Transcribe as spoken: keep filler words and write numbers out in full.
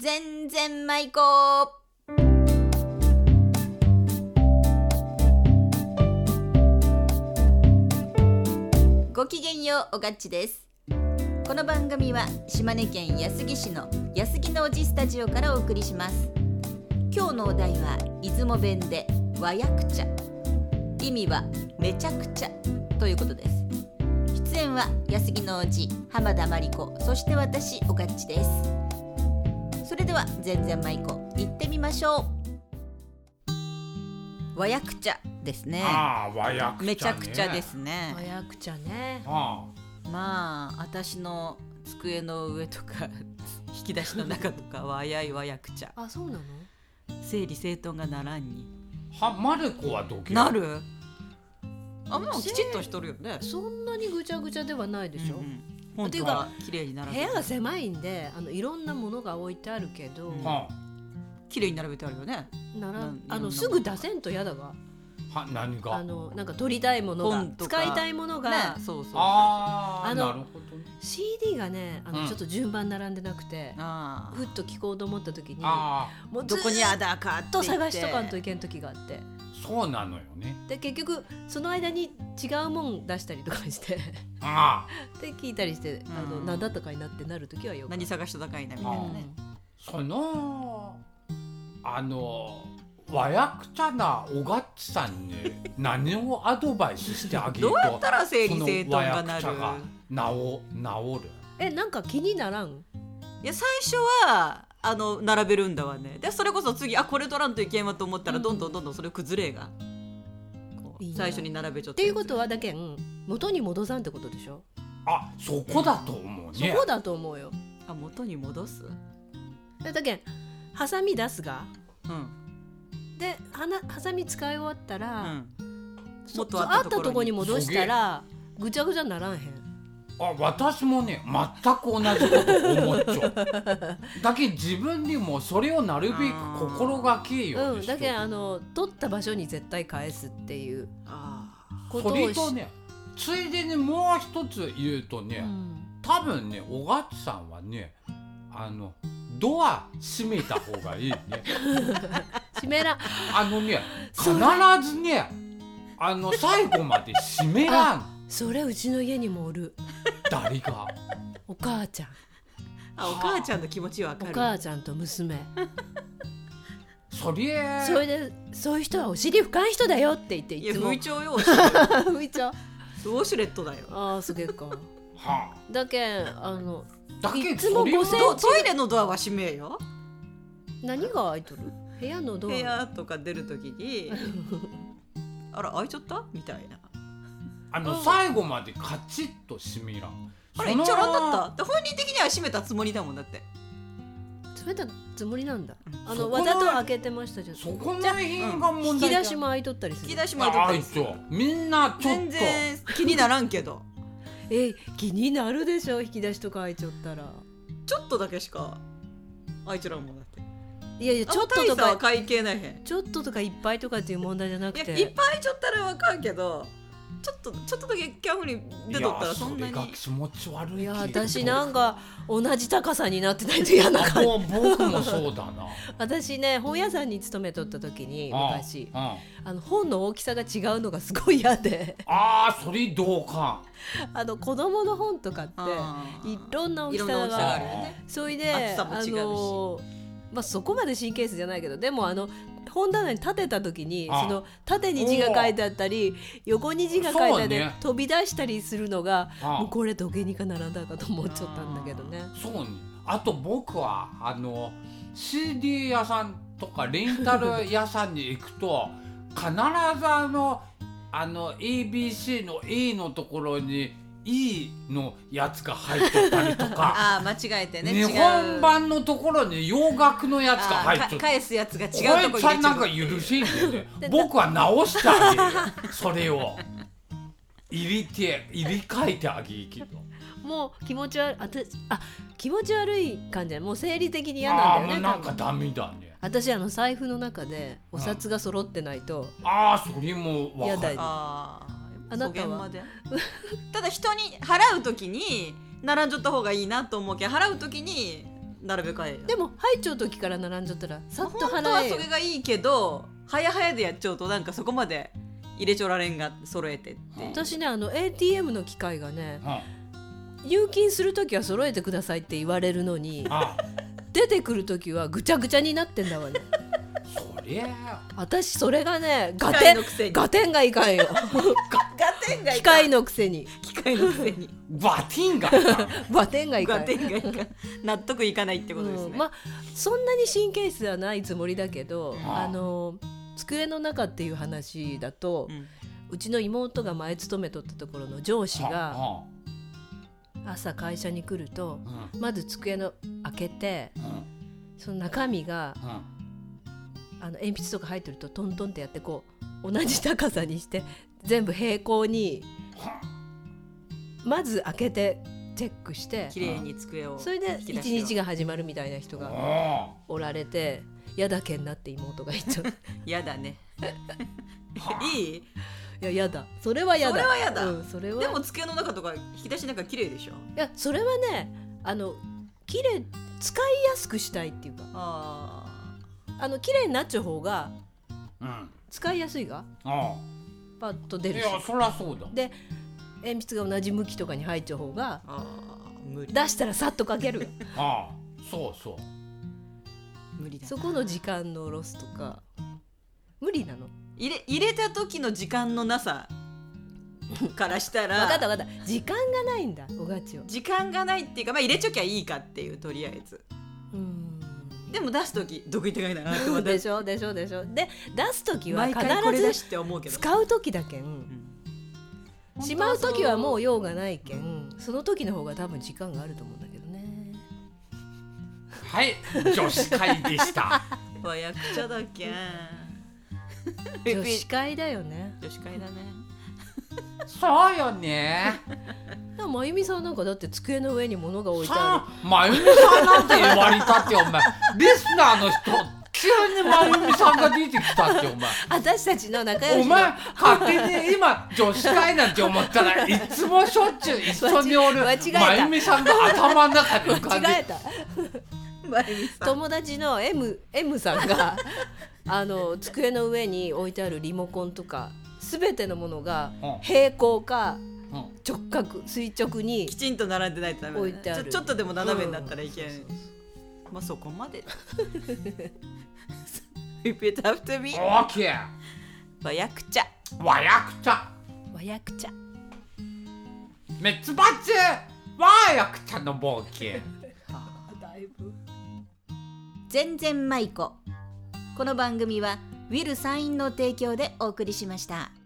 全然舞子。ごきげんよう、おがっちです。この番組は島根県安来市の安来のおじスタジオからお送りします。今日のお題は出雲弁でわやくちゃ、意味はめちゃくちゃということです。出演は安来のおじ浜田真理子、そして私おがっちです。それでは全然舞子行ってみましょう。わやくちゃですね。 ああ、わやくちゃね。 めちゃくちゃですね。 わやくちゃね。 あまあ私の机の上とか引き出しの中とかわやいわやくちゃ。 あ、そうなの？ 整理整頓がならんに。 あ、は、マルコはどけなる？あ、もうきちっとしとるよね。 そんなにぐちゃぐちゃではないでしょ。 うんうん、本当は綺麗に並べて、 部屋が狭いんで、あのいろんなものが置いてあるけど、 うん、 は綺麗に並べてあるよね。 ならなんあのすぐ出せんと嫌だわ。 は、何が？ あのなんか取りたいものが、 本とか使いたいものが、 ね、そうそうそう。 ああ、 あのなるほどね。 シーディー がね、あの、 うん、 ちょっと順番並んでなくて、 あふっと聞こうと思った時に、 あもうどこにあだかってずっ言ってと探しとかんといけん時があって、 そうなのよね。 で結局その間に違うもん出したりとかしてあで聞いたりして、あのうん何だったかになってなる時はよく何探しと高いなみたいなね。 あ、そのあのわやくちゃなおがっちさんに何をアドバイスしてあげるとどうやったら整理整頓がなる？ そのわやくちゃが治治る？ え、なんか気にならん？ いや最初はあの並べるんだわね。でそれこそ次あこれ取らんといけんわと思ったら、 うん、 どんどんどんどんそれ崩れがこういい最初に並べちゃっっていうことはだけん元に戻さんってことでしょ。 あ、そこだと思うね。 そこだと思うよ。 あ元に戻す。 だけんハサミ出すが、 うんではなハサミ使い終わったら、 うん、 そもっとあったところに戻したらぐちゃぐちゃならんへん。 あ、私もね全く同じこと思っちゃうだけど自分にもそれをなるべく心がけよううん、 にしとだけんあの取った場所に絶対返すっていうあことをそれとね、ついでにもう一つ言うとね、 うん、 多分ねおがっちさんはねあのドア閉めた方がいいね閉めらあのね必ずねあの最後まで閉めらん。 それうちの家にもおる。 誰が？ お母ちゃん。 あ、お母ちゃんの気持ちわかおる。 母ちゃんと娘それそれでそういう人はお尻深い人だよって言っていやいつも吹聴よウォ吹いちゃう。 ウォシュレットだよ。 ああ、すげえか。 はあ、 だけんあのだけいつもどそれをごセントトイレのドアは閉めよ。 何が開いとる？部屋のドア。 部屋とか出るときにあら開いちゃったみたいな。 あの最後までカチッと閉めらん。 あれちょろんだった。本人的には閉めたつもりだもんだって。 閉めたつもりなんだ。あそこののわざと開けてましたじゃん。 そこの辺が問引き題だ。 出しも開いとったりする。 引き出しも開いとったりする。 あ、みんなちょっと全然気にならんけどえ、気になるでしょ、引き出しとか開いちゃったら。 ちょっとだけしか開いちゃらんもんだって。 いやいや、ちょっととあんま大差はか関係ないへん。 ちょっととかいっぱいとかっていう問題じゃなくて、 いやいっぱい開いちゃったらわかんけど、ちょっとちょっとだけキャンフに出とったらそんなに。 いやそれが気持ち悪い。 いや私なんか同じ高さになってないと嫌なあ、 感じ。 もう僕もそうだな私ね、本屋さんに勤めとった時に昔ああの本の大きさが違うのがすごい嫌であー、それ同感。 あの子供の本とかってあーいろんな大きさいろんな大きさがあがるよね。 それで厚さも違うしあのまあ、そこまで神経質じゃないけど、でもあの本棚に立てた時にあその縦に字が書いてあったり横に字が書いてあって、 そうね飛び出したりするのがあもうこれどげにかならんだかと思っちゃったんだけどね。 そうね。あと僕はあの シーディー 屋さんとかレンタル屋さんに行くと必ずあのあの エービーシー の A のところに E のやつが入ってたりとかああ間違えてね。 日違う本版のところに洋楽のやつが入っあーかてる。 返すやつが違うとここれ入れちゃうちゃんなんか許せんでね僕は直してあげるそれを入れて入れ替えてあげるけどもう気持ち悪い、あたあ気持ち悪い感じでもう生理的に嫌ああなんだよね。 ーもうなんか多分ダメだね。 私あの財布の中でお札が揃ってないとああそれもわかる。 やだよ。 ああなたはそげんまでただ人に払うときに並んじゃった方がいいなと思うけど、払うときに並べ替え。 でも入っちゃう時から並んじゃったらさっと本当は払えよ。 それがいいけど早々でやっちゃうとなんかそこまで入れちょられんが揃えてって。 私ねあの エーティーエム の機械がねうん入金する時は揃えてくださいって言われるのにあ出てくる時はぐちゃぐちゃになってんだわね。 そりゃ私それがねガ機テン械のくせにガテンがいかんよ。 ガテンがい機かん械のくせに機械のくせにバティンがバテンがいかん。 ガテンがいかん納得いかないってことですね、 うん、まあそんなに神経質ではないつもりだけど、 うんあの机の中っていう話だと、 うんうちの妹が前勤めとったところの上司がは朝会社に来るとあうんまず机の開けてうんその中身がうんあの鉛筆とか入ってるとトントンってやってこう同じ高さにして全部平行にはまず開けてチェックして綺麗に机をそれで一引き出しを日が始まるみたいな人があおられてやだけんなって妹が言っちゃう。 やだねいいいややだそれはやだそれはやだうん、それはでも机の中とか引き出しなんか綺麗でしょ。 いやそれはねあの綺麗使いやすくしたいっていうかああの綺麗になっちゃう方がうん使いやすいがあパッと出るしいやそりゃそうだで鉛筆が同じ向きとかに入っちゃう方がーあー無理出したらさっと書けるああそうそう無理だな。 そこの時間のロスとか無理なの。 入れ入れた時の時間のなさからしたら分かった分かった時間がないんだおがちを。 時間がないっていうか、まあ、入れちょきゃいいかっていうとりあえずうんでも出す時どこ行ってかいだなって思ってでしょでしょでしょで出す時は毎必ず回これ出しって思うけど使う時だけん、 うんしまう時はもう用がないけんその時の方が多分時間があると思うんだけどね。 はい女子会でした和訳者だけん女子会だよね。 女子会だね。 そうよねでもまゆみさんなんかだって机の上に物が置いてあさあまゆみさんなんて言われたってお前リスナーの人急にまゆみさんが出てきたってお前る私たちの仲良しのお前勝手に今女子会なんて思ったらいつもしょっちゅう一緒におる間違えたまゆみさんが頭の中で浮かんで間違えたまゆみさん友達の M, M さんがあの机の上に置いてあるリモコンとか全てのものがうん平行かうん直角垂直にきちんと並んでないとダメだね。 置いてあるちょちょっとでも斜めになったらいけん、まあそこまでRepeat after me オーケー和訳者和訳者和訳者ミツバチ和訳者の冒険だいぶ全然舞子。この番組はウィル・サインの提供でお送りしました。